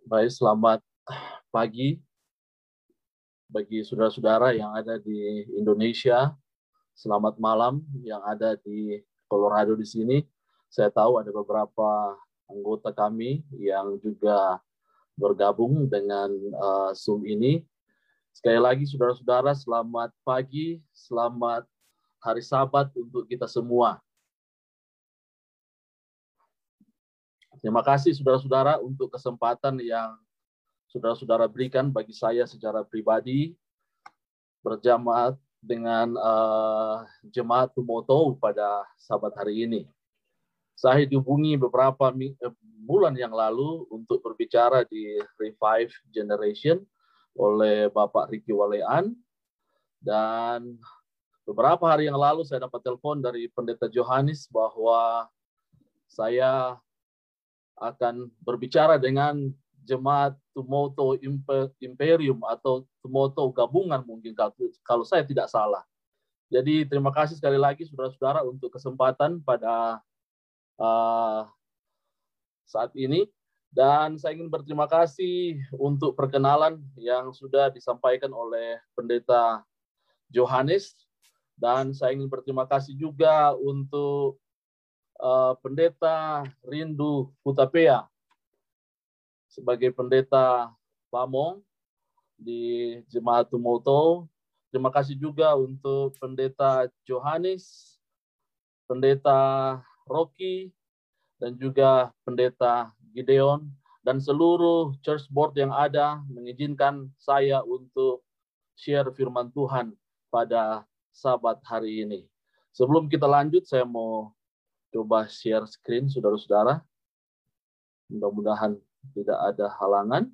Baik, selamat pagi bagi saudara-saudara yang ada di Indonesia. Selamat malam yang ada di Colorado di sini. Saya tahu ada beberapa anggota kami yang juga bergabung dengan Zoom ini. Sekali lagi saudara-saudara, selamat pagi, selamat hari Sabat untuk kita semua. Terima kasih saudara-saudara untuk kesempatan yang saudara-saudara berikan bagi saya secara pribadi berjamaah dengan jemaat Tumoto pada Sabat hari ini. Saya dihubungi beberapa bulan yang lalu untuk berbicara di Revive Generation oleh Bapak Ricky Walean, dan beberapa hari yang lalu saya dapat telepon dari Pendeta Johannes bahwa saya akan berbicara dengan jemaat Tumoto Imperium atau Tumoto Gabungan mungkin kalau saya tidak salah. Jadi terima kasih sekali lagi saudara-saudara untuk kesempatan pada saat ini. Dan saya ingin berterima kasih untuk perkenalan yang sudah disampaikan oleh Pendeta Johannes. Dan saya ingin berterima kasih juga untuk Pendeta Rindu Hutapea sebagai pendeta Pamong di Jemaat Tumoto. Terima kasih juga untuk Pendeta Johannes, Pendeta Rocky, dan juga Pendeta Gideon, dan seluruh church board yang ada mengizinkan saya untuk share firman Tuhan pada Sabat hari ini. Sebelum kita lanjut, saya mau coba share screen saudara-saudara. Mudah-mudahan tidak ada halangan.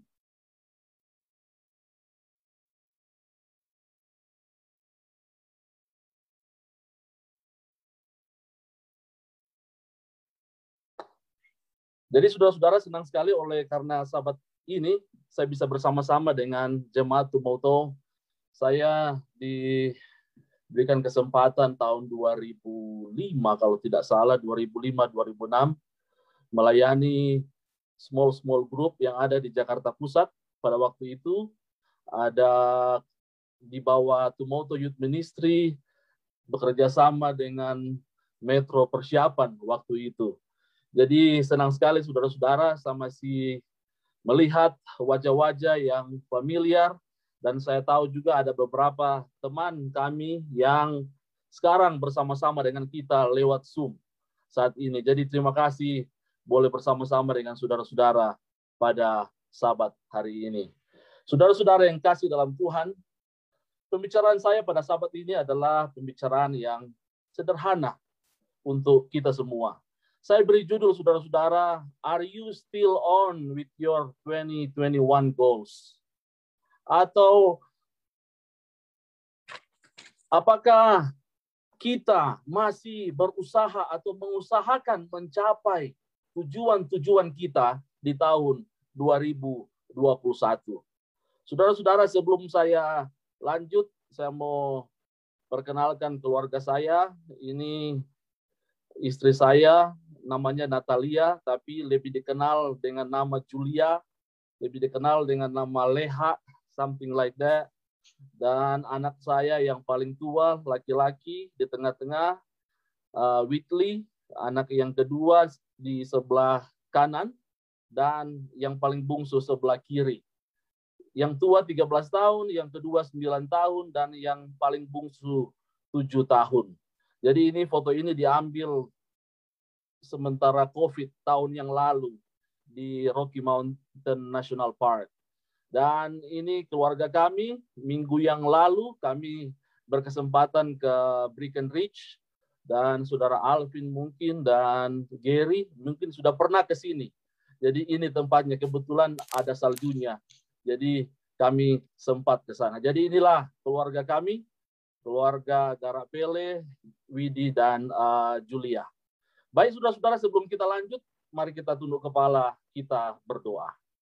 Jadi saudara-saudara, senang sekali karena Sabat ini saya bisa bersama-sama dengan jemaat Tumoto. Saya diberikan kesempatan tahun 2005 kalau tidak salah, 2005-2006 melayani small group yang ada di Jakarta Pusat. Pada waktu itu ada di bawah Tumoto Youth Ministry bekerja sama dengan Metro Persiapan waktu itu. Jadi senang sekali saudara-saudara, sama si melihat wajah-wajah yang familiar, dan saya tahu juga ada beberapa teman kami yang sekarang bersama-sama dengan kita lewat Zoom saat ini. Jadi terima kasih boleh bersama-sama dengan saudara-saudara pada Sabat hari ini. Saudara-saudara yang kasih dalam Tuhan, pembicaraan saya pada Sabat ini adalah pembicaraan yang sederhana untuk kita semua. Saya beri judul saudara-saudara, Are you still on with your 2021 goals? Atau apakah kita masih berusaha atau mengusahakan mencapai tujuan-tujuan kita di tahun 2021? Saudara-saudara, sebelum saya lanjut, saya mau perkenalkan keluarga saya. Ini istri saya, namanya Natalia, tapi lebih dikenal dengan nama Julia, lebih dikenal dengan nama Leha, something like that. Dan anak saya yang paling tua, laki-laki, di tengah-tengah, Whitley, anak yang kedua di sebelah kanan, dan yang paling bungsu sebelah kiri. Yang tua 13 tahun, yang kedua 9 tahun, dan yang paling bungsu 7 tahun. Jadi ini foto ini diambil sementara COVID tahun yang lalu di Rocky Mountain National Park. Dan ini keluarga kami, minggu yang lalu kami berkesempatan ke Bricken Ridge, dan saudara Alvin mungkin dan Gary mungkin sudah pernah ke sini. Jadi ini tempatnya, kebetulan ada saljunya. Jadi kami sempat ke sana. Jadi inilah keluarga kami, keluarga Garapele, Widi, dan Julia. Baik saudara-saudara, sebelum kita lanjut, mari kita tunduk kepala, kita berdoa.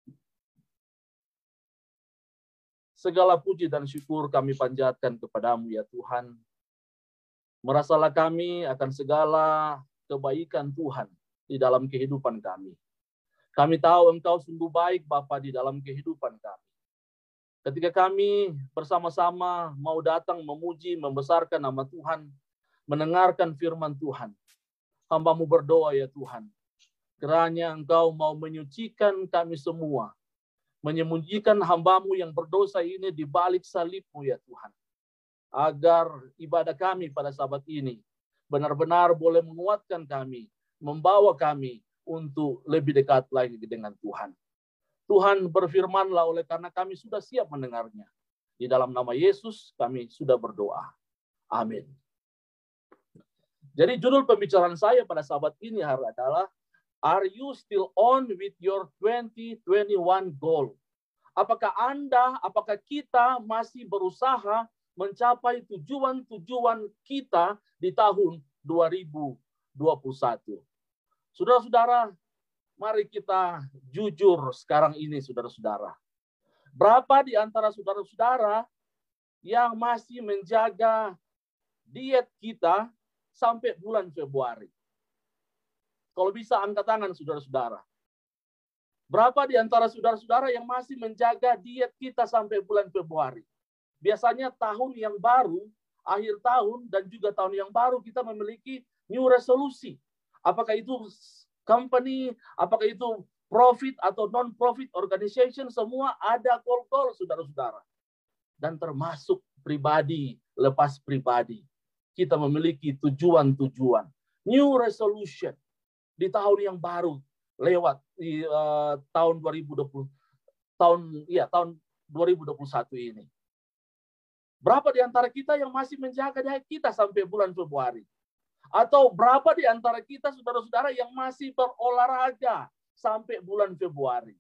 Segala puji dan syukur kami panjatkan kepadamu ya Tuhan. Merasalah kami akan segala kebaikan Tuhan di dalam kehidupan kami. Kami tahu Engkau sungguh baik, Bapa, di dalam kehidupan kami. Ketika kami bersama-sama mau datang memuji, membesarkan nama Tuhan, mendengarkan firman Tuhan, hamba-Mu berdoa ya Tuhan, kiranya Engkau mau menyucikan kami semua, menyembunyikan hamba-Mu yang berdosa ini di balik salib-Mu ya Tuhan, agar ibadah kami pada sabat ini benar-benar boleh menguatkan kami, membawa kami untuk lebih dekat lagi dengan Tuhan. Tuhan berfirmanlah oleh karena kami sudah siap mendengarnya. Di dalam nama Yesus kami sudah berdoa. Amin. Jadi judul pembicaraan saya pada sahabat ini adalah, Are you still on with your 2021 goal? Apakah kita masih berusaha mencapai tujuan-tujuan kita di tahun 2021? Saudara-saudara, mari kita jujur sekarang ini, saudara-saudara. Berapa di antara saudara-saudara yang masih menjaga diet kita sampai bulan Februari? Kalau bisa angkat tangan, saudara-saudara. Berapa di antara saudara-saudara yang masih menjaga diet kita sampai bulan Februari? Biasanya tahun yang baru, akhir tahun, dan juga tahun yang baru kita memiliki new resolusi. Apakah itu company, apakah itu profit atau non-profit organization, semua ada goal-goal, saudara-saudara. Dan termasuk pribadi, lepas pribadi. Kita memiliki tujuan-tujuan. New resolution di tahun yang baru lewat di tahun 2021 ini. Berapa di antara kita yang masih menjaga diet kita sampai bulan Februari? Atau berapa di antara kita, saudara-saudara, yang masih berolahraga sampai bulan Februari?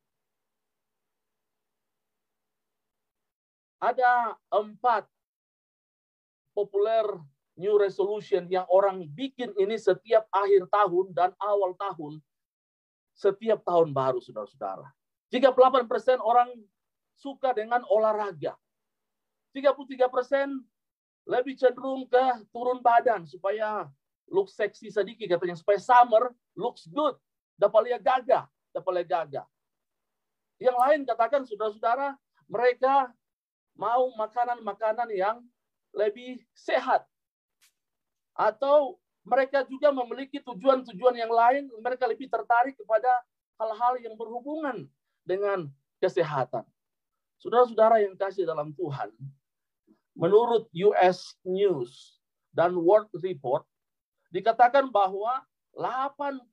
Ada 4 populer new resolution yang orang bikin ini setiap akhir tahun dan awal tahun, setiap tahun baru, saudara-saudara. 38% orang suka dengan olahraga. 33% lebih cenderung ke turun badan supaya look seksi sedikit, katanya, supaya summer looks good, dapat lihat gagah. Yang lain katakan, saudara-saudara, mereka mau makanan-makanan yang lebih sehat. Atau mereka juga memiliki tujuan-tujuan yang lain, mereka lebih tertarik kepada hal-hal yang berhubungan dengan kesehatan. Saudara-saudara yang kasih dalam Tuhan, menurut US News dan World Report, dikatakan bahwa 80%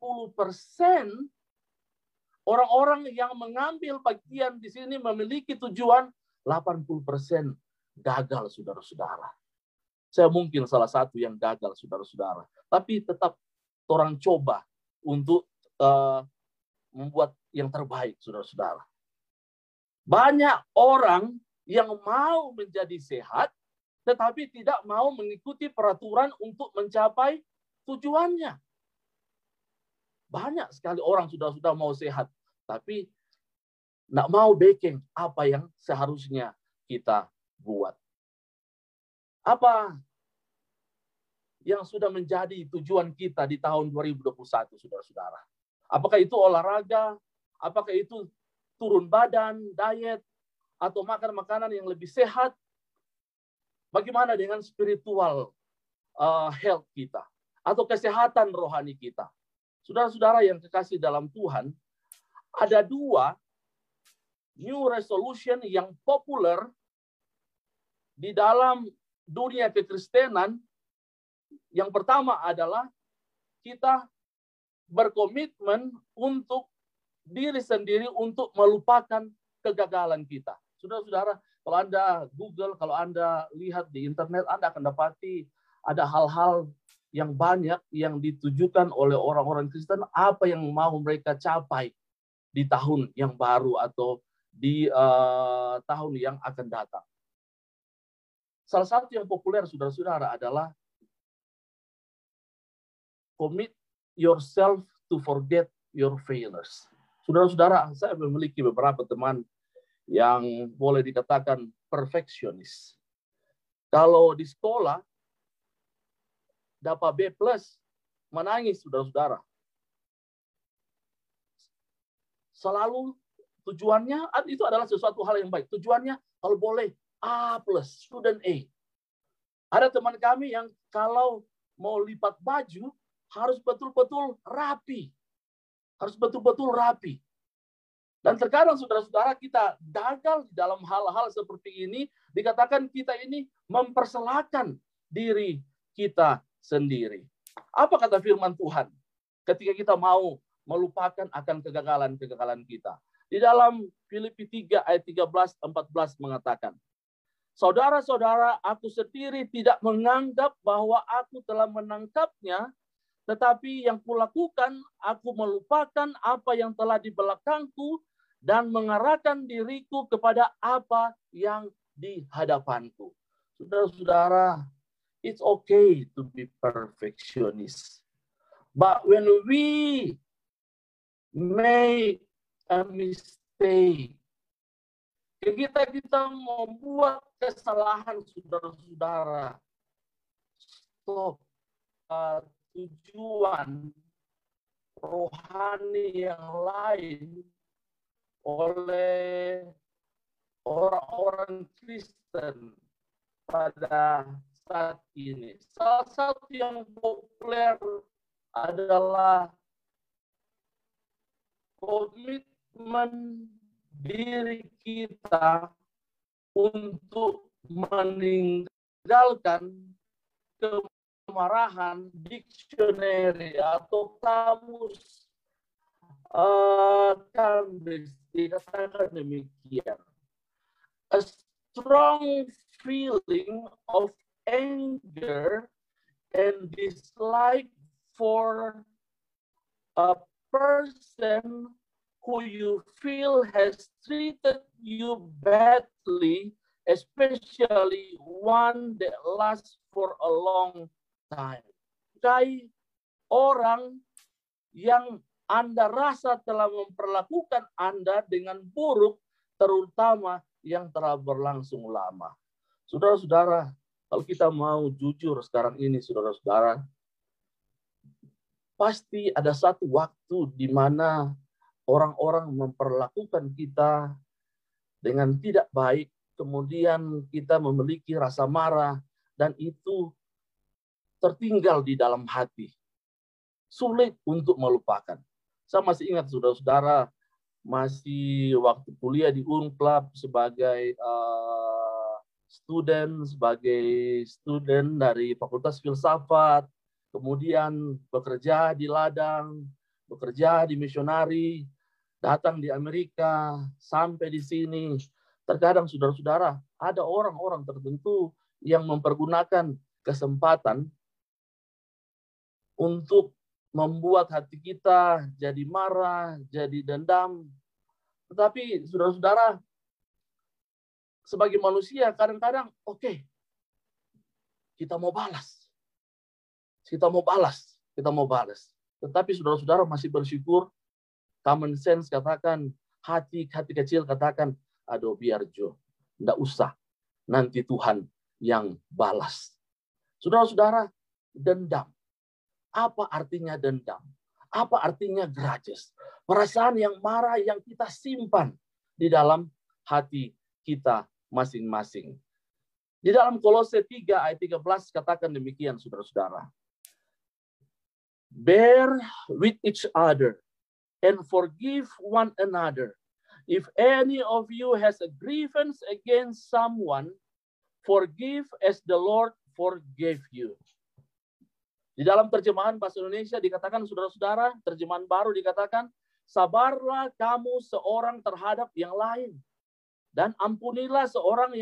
orang-orang yang mengambil bagian di sini memiliki tujuan, 80% gagal, saudara-saudara. Saya mungkin salah satu yang gagal, saudara-saudara. Tapi tetap orang coba untuk membuat yang terbaik, saudara-saudara. Banyak orang yang mau menjadi sehat, tetapi tidak mau mengikuti peraturan untuk mencapai tujuannya. Banyak sekali orang sudah mau sehat, tapi tidak mau backing apa yang seharusnya kita buat. Apa yang sudah menjadi tujuan kita di tahun 2021, saudara-saudara? Apakah itu olahraga? Apakah itu turun badan, diet, atau makan makanan yang lebih sehat? Bagaimana dengan spiritual health kita? Atau kesehatan rohani kita? Saudara-saudara yang kekasih dalam Tuhan, ada 2 new resolution yang populer di dalam dunia kekristenan. Yang pertama adalah kita berkomitmen untuk diri sendiri untuk melupakan kegagalan kita. Saudara-saudara, kalau Anda Google, kalau Anda lihat di internet, Anda akan dapati ada hal-hal yang banyak yang ditujukan oleh orang-orang Kristen, apa yang mau mereka capai di tahun yang baru atau di tahun yang akan datang. Salah satu yang populer, saudara-saudara, adalah commit yourself to forget your failures. Saudara-saudara, saya memiliki beberapa teman yang boleh dikatakan perfeksionis. Kalau di sekolah dapat B+, menangis, saudara-saudara. selalu tujuannya itu adalah sesuatu hal yang baik. Tujuannya kalau boleh A+, student A. Ada teman kami yang kalau mau lipat baju harus betul-betul rapi. Harus betul-betul rapi. Dan terkadang saudara-saudara kita gagal dalam hal-hal seperti ini, dikatakan kita ini mempersalahkan diri kita sendiri. Apa kata firman Tuhan ketika kita mau melupakan akan kegagalan-kegagalan kita? Di dalam Filipi 3 ayat 13-14 mengatakan, saudara-saudara, aku sendiri tidak menganggap bahwa aku telah menangkapnya, tetapi yang kulakukan, aku melupakan apa yang telah di belakangku dan mengarahkan diriku kepada apa yang di hadapanku. Saudara-saudara, it's okay to be perfectionist. But when we make a mistake, kita membuat kesalahan, saudara-saudara, stop. Tujuan rohani yang lain oleh orang-orang Kristen pada saat ini. Salah satu yang populer adalah komitmen diri kita untuk meninggalkan kemarahan, dictionary atau kamus Cambridge dikatakan demikian. A strong feeling of anger and dislike for a person who you feel has treated you badly, especially one that lasts for a long time. Dari orang yang Anda rasa telah memperlakukan Anda dengan buruk, terutama yang telah berlangsung lama. Saudara-saudara, kalau kita mau jujur sekarang ini, saudara-saudara, pasti ada satu waktu di mana orang-orang memperlakukan kita dengan tidak baik, kemudian kita memiliki rasa marah, dan itu tertinggal di dalam hati. Sulit untuk melupakan. Saya masih ingat, saudara-saudara, masih waktu kuliah di Unclub sebagai student dari Fakultas Filsafat, kemudian bekerja di ladang, bekerja di misionari, datang di Amerika, sampai di sini. Terkadang saudara-saudara, ada orang-orang tertentu yang mempergunakan kesempatan untuk membuat hati kita jadi marah, jadi dendam. Tetapi saudara-saudara, sebagai manusia kadang-kadang oke, kita mau balas. Kita mau balas. Tetapi saudara-saudara masih bersyukur, common sense katakan, hati kecil katakan, aduh biar Jo, enggak usah. Nanti Tuhan yang balas. Saudara-saudara, dendam. Apa artinya dendam? Apa artinya grudges? Perasaan yang marah yang kita simpan di dalam hati kita masing-masing. Di dalam Kolose 3 ayat 13 katakan demikian, saudara-saudara. Bear with each other and forgive one another. If any of you has a grievance against someone, forgive as the Lord forgave you. Di dalam terjemahan bahasa Indonesia dikatakan, saudara-saudara, terjemahan baru dikatakan, sabarlah kamu seorang terhadap yang lain, dan ampunilah seorang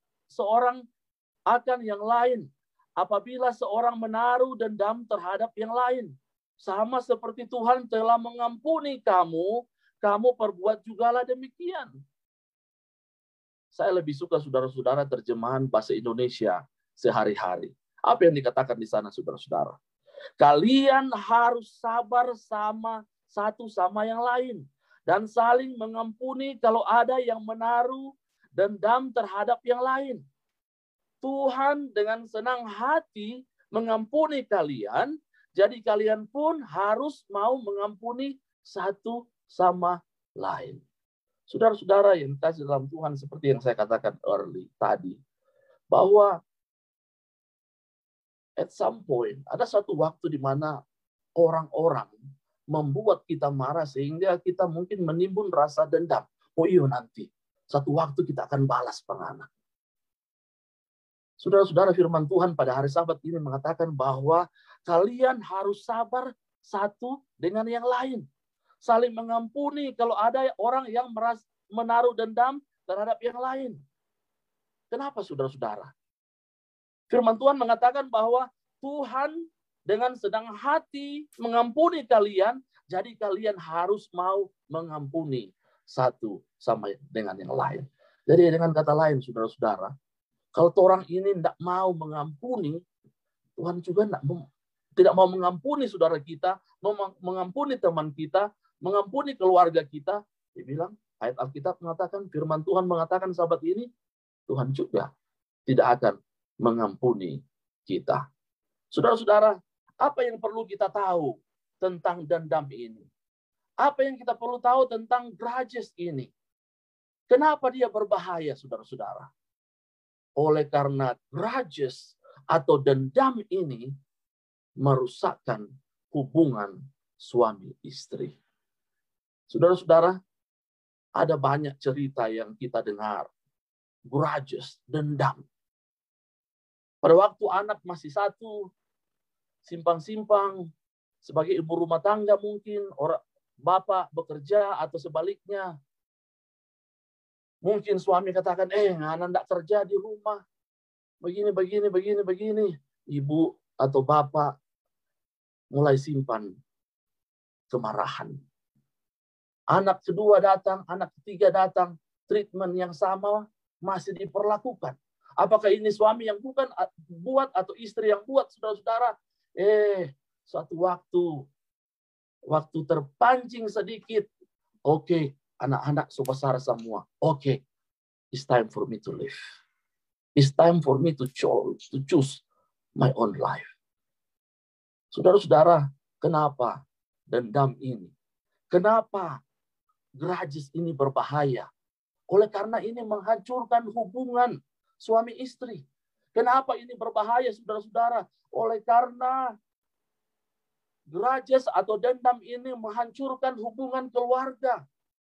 akan yang lain. Apabila seorang menaruh dendam terhadap yang lain, sama seperti Tuhan telah mengampuni kamu, kamu perbuat jugalah demikian. Saya lebih suka, saudara-saudara, terjemahan bahasa Indonesia sehari-hari. Apa yang dikatakan di sana, saudara-saudara? Kalian harus sabar satu sama yang lain dan saling mengampuni kalau ada yang menaruh dendam terhadap yang lain. Tuhan dengan senang hati mengampuni kalian, jadi kalian pun harus mau mengampuni satu sama lain. Saudara-saudara yang dikasihi dalam Tuhan, seperti yang saya katakan tadi, bahwa at some point, ada satu waktu di mana orang-orang membuat kita marah sehingga kita mungkin menimbun rasa dendam. Oh iya, nanti satu waktu kita akan balas pengana. Saudara-saudara, firman Tuhan pada hari Sabat ini mengatakan bahwa kalian harus sabar satu dengan yang lain. Saling mengampuni kalau ada orang yang menaruh dendam terhadap yang lain. Kenapa saudara-saudara? Firman Tuhan mengatakan bahwa Tuhan dengan senang hati mengampuni kalian, jadi kalian harus mau mengampuni satu sama dengan yang lain. Jadi dengan kata lain, saudara-saudara, kalau orang ini tidak mau mengampuni, Tuhan juga tidak mau mengampuni saudara kita, mengampuni teman kita, mengampuni keluarga kita. Dia bilang, ayat Alkitab mengatakan, firman Tuhan mengatakan sahabat ini, Tuhan juga tidak akan mengampuni kita. Saudara-saudara, apa yang perlu kita tahu tentang dendam ini? Apa yang kita perlu tahu tentang grudges ini? Kenapa dia berbahaya, saudara-saudara? Oleh karena grudges atau dendam ini merusakkan hubungan suami istri. Saudara-saudara, ada banyak cerita yang kita dengar. Grudges, dendam. Pada waktu anak masih satu, simpang-simpang, sebagai ibu rumah tangga mungkin, orang bapak bekerja atau sebaliknya. Mungkin suami katakan, anak tidak kerja di rumah. Begini. Ibu atau bapak mulai simpan kemarahan. Anak kedua datang, anak ketiga datang, treatment yang sama masih diperlakukan. Apakah ini suami yang bukan buat atau istri yang buat, saudara-saudara? Suatu waktu terpancing sedikit. Oke, anak-anak besar semua. Oke, it's time for me to live. It's time for me to choose my own life. Saudara-saudara, kenapa dendam ini? Kenapa grudges ini berbahaya? Oleh karena ini menghancurkan hubungan suami istri. Kenapa ini berbahaya, saudara-saudara? Oleh karena grudges atau dendam ini menghancurkan hubungan keluarga.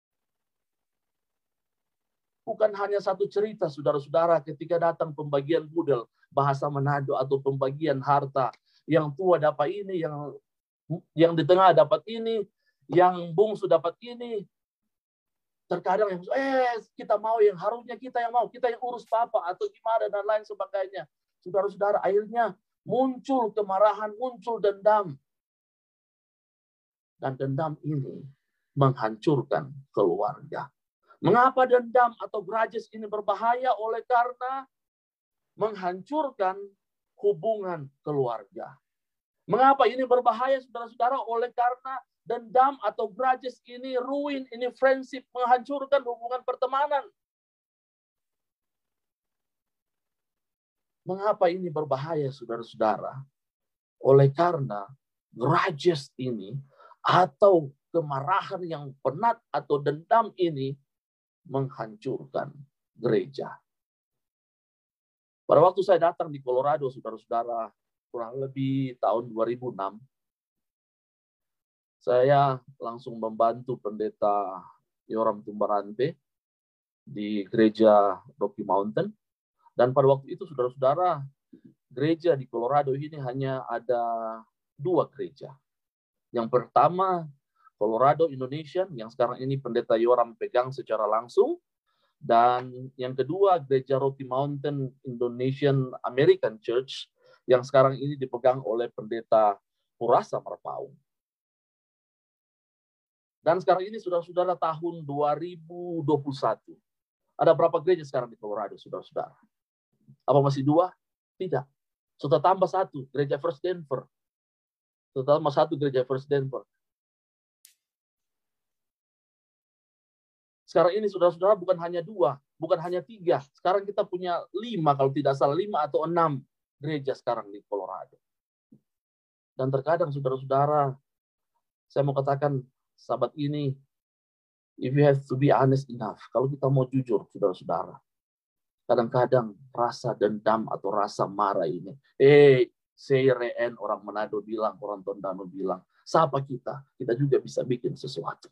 Bukan hanya satu cerita, saudara-saudara, ketika datang pembagian budel, bahasa Manado atau pembagian harta. Yang tua dapat ini, yang di tengah dapat ini, yang bungsu dapat ini. Terkadang yang kita mau yang harusnya kita yang mau, kita yang urus papa atau gimana dan lain sebagainya. Saudara-saudara, akhirnya muncul kemarahan, muncul dendam. Dan dendam ini menghancurkan keluarga. Mengapa dendam atau grudges ini berbahaya? Oleh karena menghancurkan hubungan keluarga. Mengapa ini berbahaya, saudara-saudara? Oleh karena dendam atau grudges ini ruin, ini friendship, menghancurkan hubungan pertemanan. Mengapa ini berbahaya, saudara-saudara? Oleh karena grudges ini atau kemarahan yang penat atau dendam ini menghancurkan gereja. Pada waktu saya datang di Colorado, saudara-saudara, kurang lebih tahun 2006, saya langsung membantu pendeta Yoram Tumbarante di gereja Rocky Mountain. Dan pada waktu itu, saudara-saudara, gereja di Colorado ini hanya ada 2 gereja. Yang pertama, Colorado Indonesian, yang sekarang ini pendeta Yoram pegang secara langsung. Dan yang kedua, gereja Rocky Mountain Indonesian American Church, yang sekarang ini dipegang oleh pendeta Purasa Marpaung. Dan sekarang ini, saudara-saudara, tahun 2021. Ada berapa gereja sekarang di Colorado, saudara-saudara? Apa masih 2? Tidak. Sudah tambah 1, gereja First Denver. Sudah tambah 1, gereja First Denver. Sekarang ini, saudara-saudara, bukan hanya 2, bukan hanya 3. Sekarang kita punya 5, kalau tidak salah 5 atau 6 gereja sekarang di Colorado. Dan terkadang, saudara-saudara, saya mau katakan, sahabat ini, if you have to be honest enough, kalau kita mau jujur, saudara-saudara, kadang-kadang rasa dendam atau rasa marah ini, Seireen orang Manado bilang, orang Tondano bilang, siapa kita? Kita juga bisa bikin sesuatu.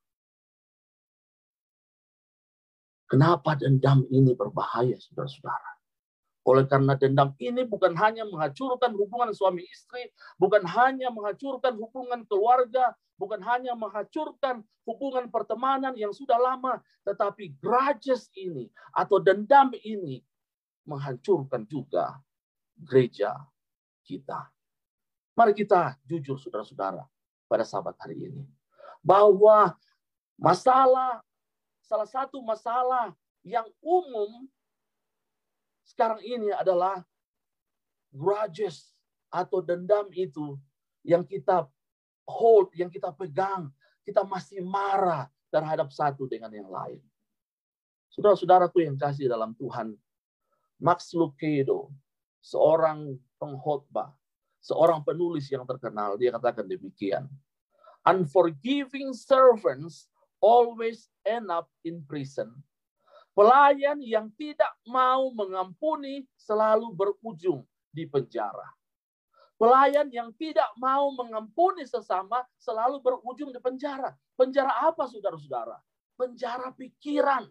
Kenapa dendam ini berbahaya, saudara-saudara? Oleh karena dendam ini bukan hanya menghancurkan hubungan suami istri, bukan hanya menghancurkan hubungan keluarga, bukan hanya menghancurkan hubungan pertemanan yang sudah lama, tetapi grudges ini atau dendam ini menghancurkan juga gereja kita. Mari kita jujur, saudara-saudara, pada sahabat hari ini, bahwa salah satu masalah yang umum sekarang ini adalah grudges atau dendam itu yang kita hold, yang kita pegang, kita masih marah terhadap satu dengan yang lain. Saudara-saudaraku yang kasih dalam Tuhan, Max Lucado, seorang pengkhotbah, seorang penulis yang terkenal, dia katakan demikian. Unforgiving servants always end up in prison. Pelayan yang tidak mau mengampuni selalu berujung di penjara. Pelayan yang tidak mau mengampuni sesama selalu berujung di penjara. Penjara apa, saudara-saudara? Penjara pikiran.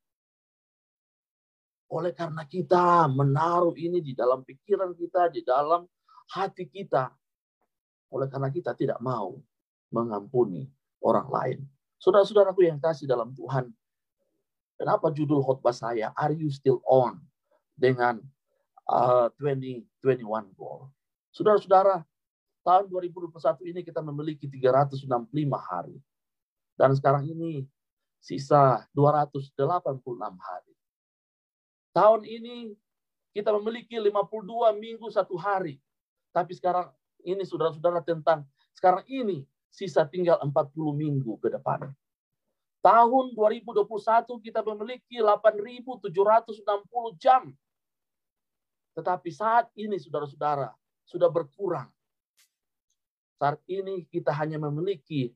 Oleh karena kita menaruh ini di dalam pikiran kita, di dalam hati kita. Oleh karena kita tidak mau mengampuni orang lain. Saudara-saudaraku yang kasih dalam Tuhan, kenapa judul khotbah saya, Are You Still On? Dengan 2021 goal. Saudara-saudara, tahun 2021 ini kita memiliki 365 hari. Dan sekarang ini sisa 286 hari. Tahun ini kita memiliki 52 minggu 1 hari. Tapi sekarang ini, saudara-saudara, sekarang ini sisa tinggal 40 minggu ke depan. Tahun 2021 kita memiliki 8.760 jam. Tetapi saat ini, saudara-saudara, sudah berkurang. Saat ini kita hanya memiliki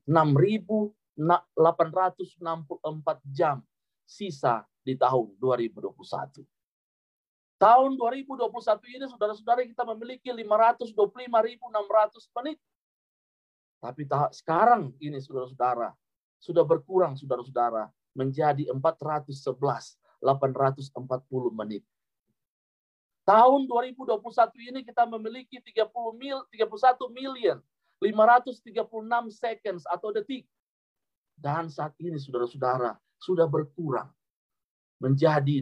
6.864 jam sisa di tahun 2021. Tahun 2021 ini, saudara-saudara, kita memiliki 525.600 menit. Tapi sekarang ini, saudara-saudara, sudah berkurang, saudara-saudara, menjadi 411.840 menit. Tahun 2021 ini kita memiliki 31.536 seconds atau detik. Dan saat ini, saudara-saudara, sudah berkurang menjadi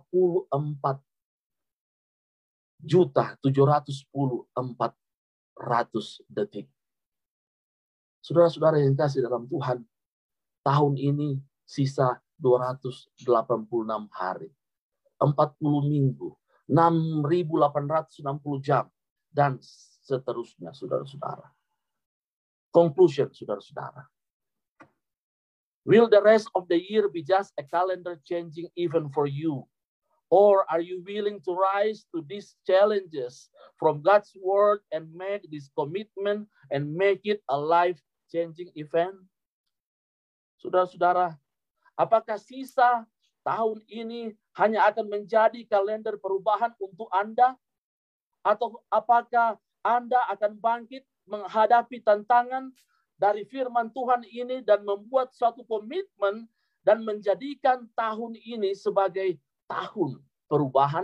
24.710.400 detik. Saudara-saudara yang kasih dalam Tuhan, tahun ini sisa 286 hari, 40 minggu, 6.860 jam, dan seterusnya, saudara-saudara. Conclusion, saudara-saudara. Will the rest of the year be just a calendar changing even for you? Or are you willing to rise to these challenges from God's word and make this commitment and make it a life-changing event? Saudara-saudara, apakah sisa tahun ini hanya akan menjadi kalender perubahan untuk Anda? Atau apakah Anda akan bangkit menghadapi tantangan dari firman Tuhan ini dan membuat suatu komitmen dan menjadikan tahun ini sebagai tahun perubahan?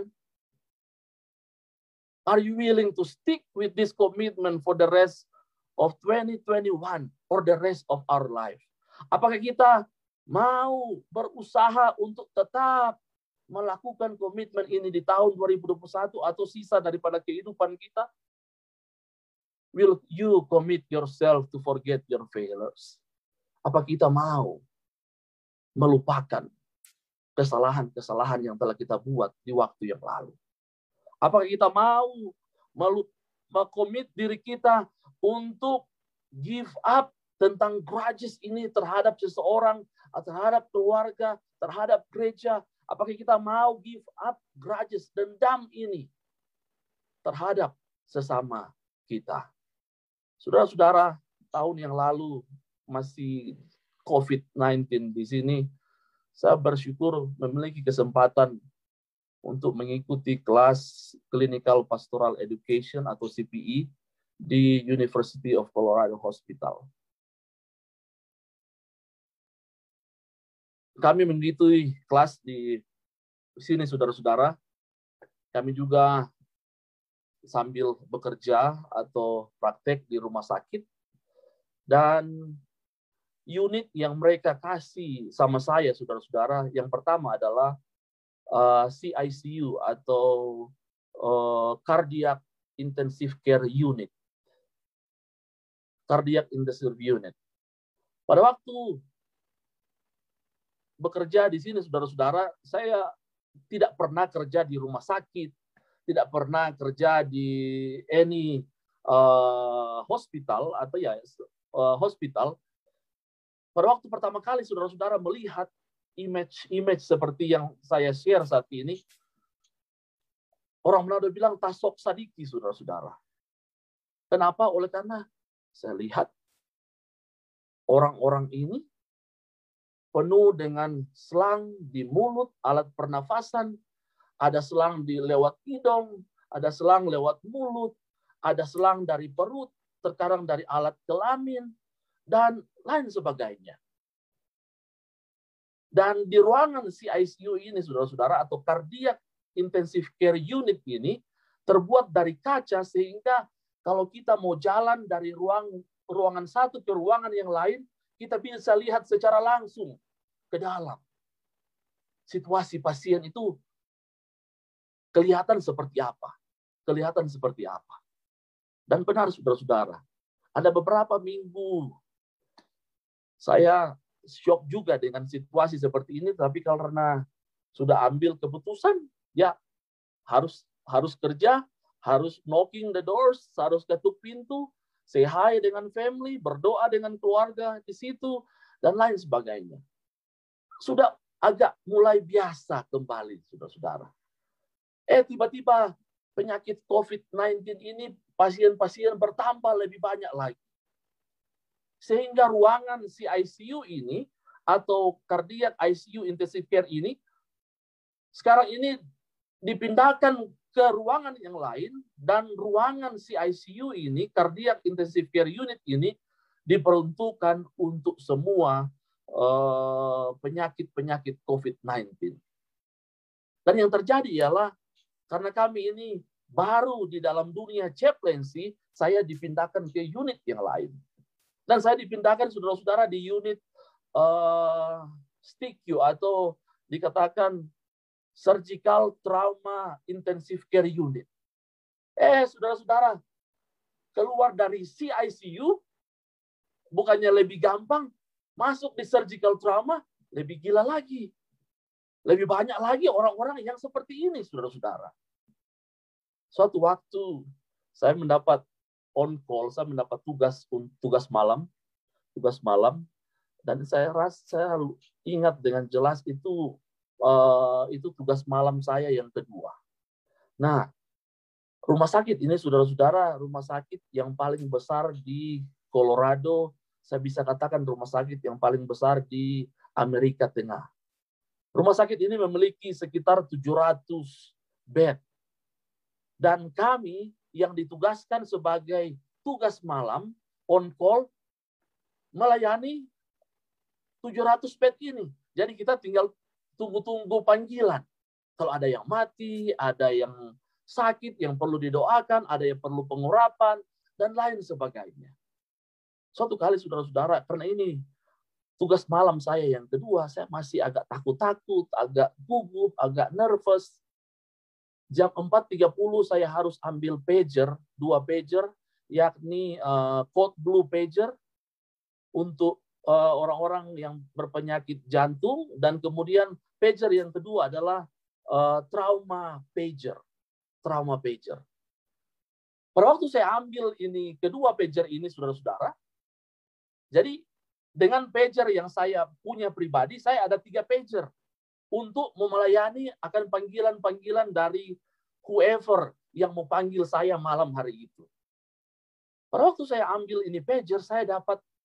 Are you willing to stick with this commitment for the rest of 2021 or the rest of our life? Apakah kita mau berusaha untuk tetap melakukan komitmen ini di tahun 2021 atau sisa daripada kehidupan kita? Will you commit yourself to forget your failures? Apa kita mau melupakan kesalahan-kesalahan yang telah kita buat di waktu yang lalu? Apakah kita mau mengkomit diri kita untuk give up tentang grudges ini terhadap seseorang, terhadap keluarga, terhadap gereja? Apakah kita mau give up grudges, dendam ini terhadap sesama kita? Saudara-saudara, tahun yang lalu masih COVID-19 di sini, saya bersyukur memiliki kesempatan untuk mengikuti kelas Clinical Pastoral Education atau CPE di University of Colorado Hospital. Kami mengikuti kelas di sini, saudara-saudara. Kami juga sambil bekerja atau praktek di rumah sakit. Dan unit yang mereka kasih sama saya, saudara-saudara, yang pertama adalah CICU atau Cardiac Intensive Care Unit. Cardiac Intensive Unit. Pada waktu bekerja di sini, saudara-saudara, saya tidak pernah kerja di rumah sakit, tidak pernah kerja di any hospital atau hospital. Pada waktu pertama kali saudara-saudara melihat image seperti yang saya share saat ini, orang Manado bilang tasok sadiki, saudara-saudara. Kenapa? Oleh karena saya lihat orang-orang ini penuh dengan selang di mulut, alat pernafasan, ada selang lewat hidung, ada selang lewat mulut, ada selang dari perut, terkadang dari alat kelamin, dan lain sebagainya. Dan di ruangan CICU ini, saudara-saudara, atau Cardiac Intensive Care Unit ini, terbuat dari kaca sehingga kalau kita mau jalan dari ruangan satu ke ruangan yang lain, kita bisa lihat secara langsung ke dalam. Situasi pasien itu kelihatan seperti apa. Kelihatan seperti apa. Dan benar, saudara-saudara, ada beberapa minggu saya shock juga dengan situasi seperti ini, tapi karena sudah ambil keputusan, ya harus kerja, harus knocking the doors, harus ketuk pintu, say hi dengan family, berdoa dengan keluarga di situ, dan lain sebagainya. Sudah agak mulai biasa kembali, saudara-saudara. Tiba-tiba penyakit COVID-19 ini, pasien-pasien bertambah lebih banyak lagi. Sehingga ruangan CICU ini, atau Cardiac ICU Intensive Care ini, sekarang ini dipindahkan ke ruangan yang lain, dan ruangan CICU ini, Cardiac Intensive Care Unit ini, diperuntukkan untuk semua penyakit-penyakit COVID-19. Dan yang terjadi ialah, karena kami ini baru di dalam dunia chaplaincy, saya dipindahkan ke unit yang lain. Dan saya dipindahkan, saudara-saudara, di unit STICU atau dikatakan Surgical Trauma Intensive Care Unit. Saudara-saudara, keluar dari CICU, bukannya lebih gampang, masuk di surgical trauma, lebih gila lagi. Lebih banyak lagi orang-orang yang seperti ini, saudara-saudara. Suatu waktu, saya mendapat on call, saya mendapat tugas malam, dan saya ingat dengan jelas itu tugas malam saya yang kedua. Nah, rumah sakit ini, saudara-saudara, rumah sakit yang paling besar di Colorado, saya bisa katakan rumah sakit yang paling besar di Amerika Tengah. Rumah sakit ini memiliki sekitar 700 bed. Dan kami yang ditugaskan sebagai tugas malam, on call, melayani 700 bed ini. Jadi kita tinggal tunggu-tunggu panggilan. Kalau ada yang mati, ada yang sakit, yang perlu didoakan, ada yang perlu pengurapan, dan lain sebagainya. Suatu kali, saudara-saudara, karena ini tugas malam saya yang kedua, saya masih agak takut-takut, agak gugup, agak nervous. Jam 4.30 saya harus ambil pager, 2 pager, yakni code blue pager untuk orang-orang yang berpenyakit jantung, dan kemudian pager yang kedua adalah trauma pager. Trauma pager. Pada waktu saya ambil ini kedua pager ini, saudara-saudara, jadi dengan pager yang saya punya pribadi, saya ada 3 pager untuk melayani akan panggilan-panggilan dari whoever yang mau panggil saya malam hari itu. Pada waktu saya ambil ini pager, saya dapat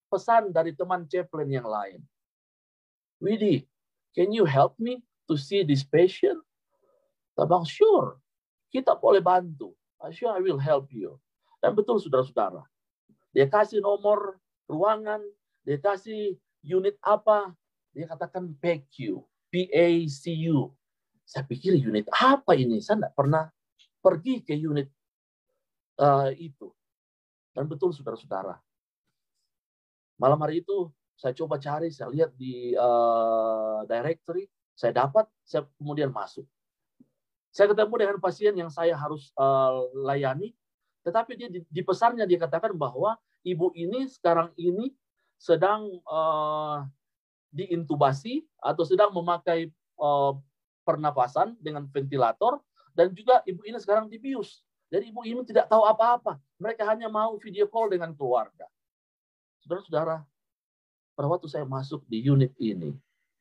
pesan dari teman chaplain yang lain. Widi, can you help me to see this patient? Saya bilang, sure, kita boleh bantu. Sure, I will help you. Dan betul saudara-saudara, dia kasih nomor ruangan, dia kasih unit apa, dia katakan PACU, PACU. Saya pikir unit apa ini? Saya tidak pernah pergi ke unit itu. Dan betul saudara-saudara, malam hari itu saya coba cari, saya lihat di directory, saya dapat, saya kemudian masuk. Saya ketemu dengan pasien yang saya harus layani, tetapi dia di pesannya dia katakan bahwa ibu ini sekarang ini sedang diintubasi atau sedang memakai pernapasan dengan ventilator, dan juga ibu ini sekarang dibius. Jadi ibu ini tidak tahu apa-apa. Mereka hanya mau video call dengan keluarga. Saudara-saudara, pada waktu saya masuk di unit ini,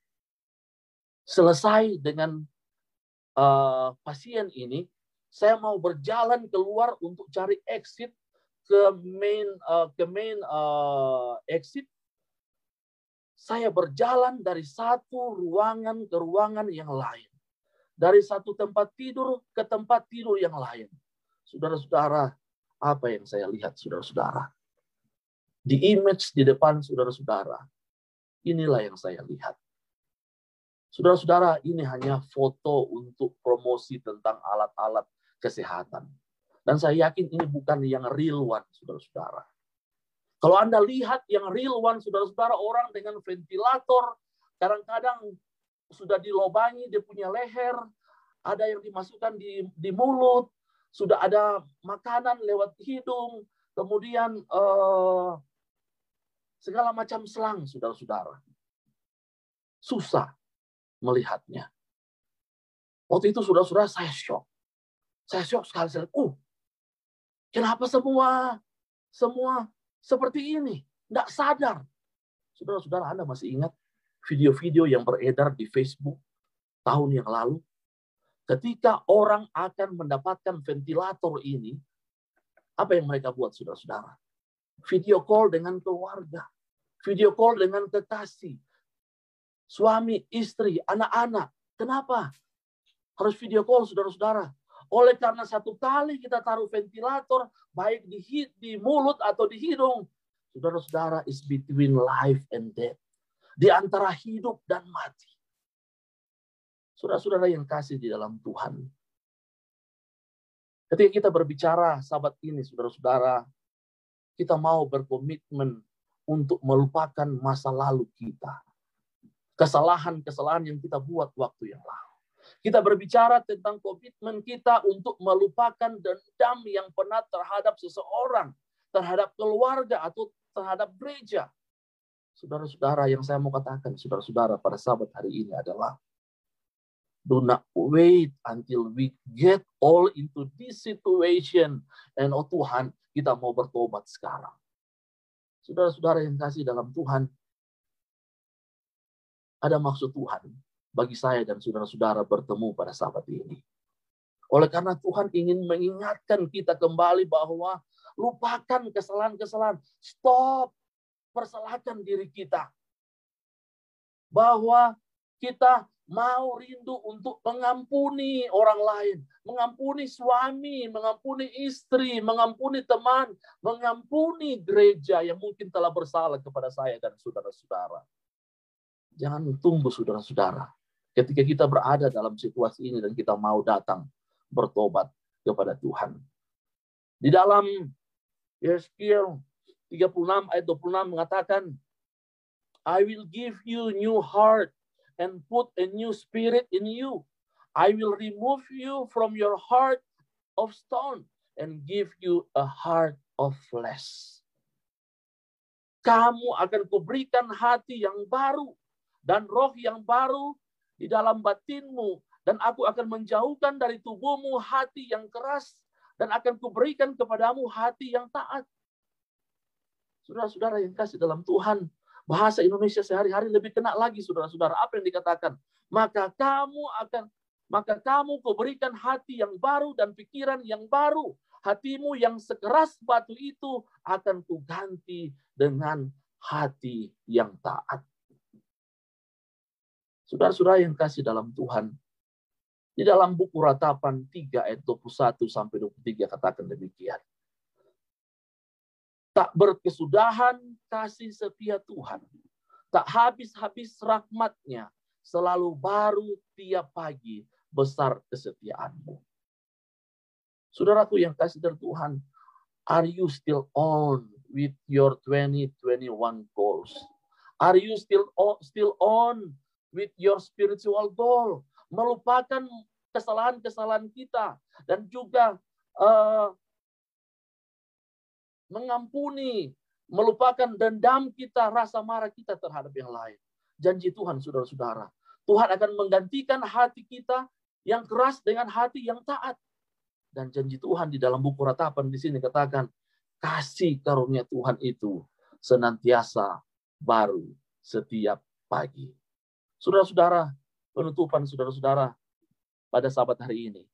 selesai dengan pasien ini, saya mau berjalan keluar untuk cari exit ke main exit. Saya berjalan dari satu ruangan ke ruangan yang lain. Dari satu tempat tidur ke tempat tidur yang lain. Saudara-saudara, apa yang saya lihat saudara-saudara? Di image di depan saudara-saudara, inilah yang saya lihat. Saudara-saudara, ini hanya foto untuk promosi tentang alat-alat kesehatan. Dan saya yakin ini bukan yang real one, saudara-saudara. Kalau Anda lihat yang real one, saudara-saudara, orang dengan ventilator, kadang-kadang sudah dilobangi, dia punya leher, ada yang dimasukkan di mulut, sudah ada makanan lewat hidung, kemudian segala macam selang, saudara-saudara. Susah melihatnya. Waktu itu saudara-saudara saya shock. Saya shock sekali. Kenapa semua seperti ini? Tidak sadar. Saudara-saudara, Anda masih ingat video-video yang beredar di Facebook tahun yang lalu? Ketika orang akan mendapatkan ventilator ini, apa yang mereka buat, saudara-saudara? Video call dengan keluarga. Video call dengan kekasih. Suami, istri, anak-anak. Kenapa? Harus video call, saudara-saudara. Oleh karena satu kali kita taruh ventilator, baik di mulut atau di hidung, saudara-saudara, is between life and death. Di antara hidup dan mati. Saudara-saudara yang kasih di dalam Tuhan. Ketika kita berbicara sahabat ini, saudara-saudara, kita mau berkomitmen untuk melupakan masa lalu kita. Kesalahan-kesalahan yang kita buat waktu yang lalu. Kita berbicara tentang komitmen kita untuk melupakan dendam yang pernah terhadap seseorang, terhadap keluarga, atau terhadap gereja. Saudara-saudara, yang saya mau katakan, saudara-saudara, pada sahabat hari ini adalah, do not wait until we get all into this situation. And oh Tuhan, kita mau bertobat sekarang. Saudara-saudara yang kasih dalam Tuhan, ada maksud Tuhan bagi saya dan saudara-saudara bertemu pada sahabat ini. Oleh karena Tuhan ingin mengingatkan kita kembali bahwa lupakan kesalahan-kesalahan. Stop persalahkan diri kita. Bahwa kita mau rindu untuk mengampuni orang lain. Mengampuni suami, mengampuni istri, mengampuni teman, mengampuni gereja yang mungkin telah bersalah kepada saya dan saudara-saudara. Jangan tunggu saudara-saudara. Ketika kita berada dalam situasi ini dan kita mau datang bertobat kepada Tuhan. Di dalam Yeskiel 36 ayat 26 mengatakan, I will give you new heart and put a new spirit in you. I will remove you from your heart of stone and give you a heart of flesh. Kamu akan kuberikan hati yang baru dan roh yang baru di dalam batinmu, dan aku akan menjauhkan dari tubuhmu hati yang keras, dan akan kuberikan kepadamu hati yang taat. Saudara-saudara yang kasih dalam Tuhan, bahasa Indonesia sehari-hari lebih kena lagi, saudara-saudara. Apa yang dikatakan? Maka kamu kuberikan hati yang baru dan pikiran yang baru. Hatimu yang sekeras batu itu akan kuganti dengan hati yang taat. Saudara-saudara yang kasih dalam Tuhan, di dalam buku Ratapan 3 ayat 21 sampai 23 katakan demikian. Tak berkesudahan kasih setia Tuhan, tak habis-habis rahmat-Nya, selalu baru tiap pagi, besar kesetiaan-Mu. Saudaraku yang kasih dari Tuhan, are you still on with your 2021 goals? Are you still on with your spiritual goal? Melupakan kesalahan-kesalahan kita dan juga mengampuni, melupakan dendam kita, rasa marah kita terhadap yang lain. Janji Tuhan, saudara-saudara, Tuhan akan menggantikan hati kita yang keras dengan hati yang taat. Dan janji Tuhan di dalam buku Ratapan di sini katakan, kasih karunia Tuhan itu senantiasa baru setiap pagi. Saudara-saudara, penutupan saudara-saudara pada sabat hari ini.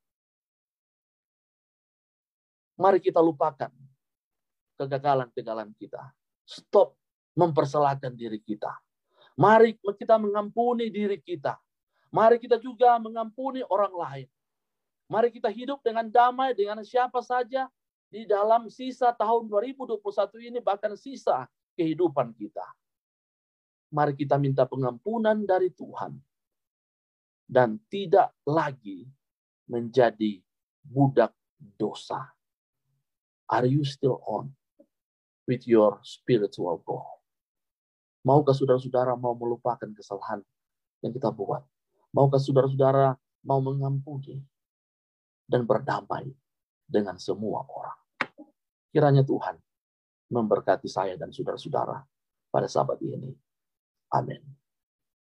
Mari kita lupakan kegagalan-kegagalan kita. Stop mempersalahkan diri kita. Mari kita mengampuni diri kita. Mari kita juga mengampuni orang lain. Mari kita hidup dengan damai dengan siapa saja di dalam sisa tahun 2021 ini, bahkan sisa kehidupan kita. Mari kita minta pengampunan dari Tuhan dan tidak lagi menjadi budak dosa. Are you still on with your spiritual goal? Maukah saudara-saudara mau melupakan kesalahan yang kita buat? Maukah saudara-saudara mau mengampuni dan berdamai dengan semua orang? Kiranya Tuhan memberkati saya dan saudara-saudara pada sabat ini. Amin.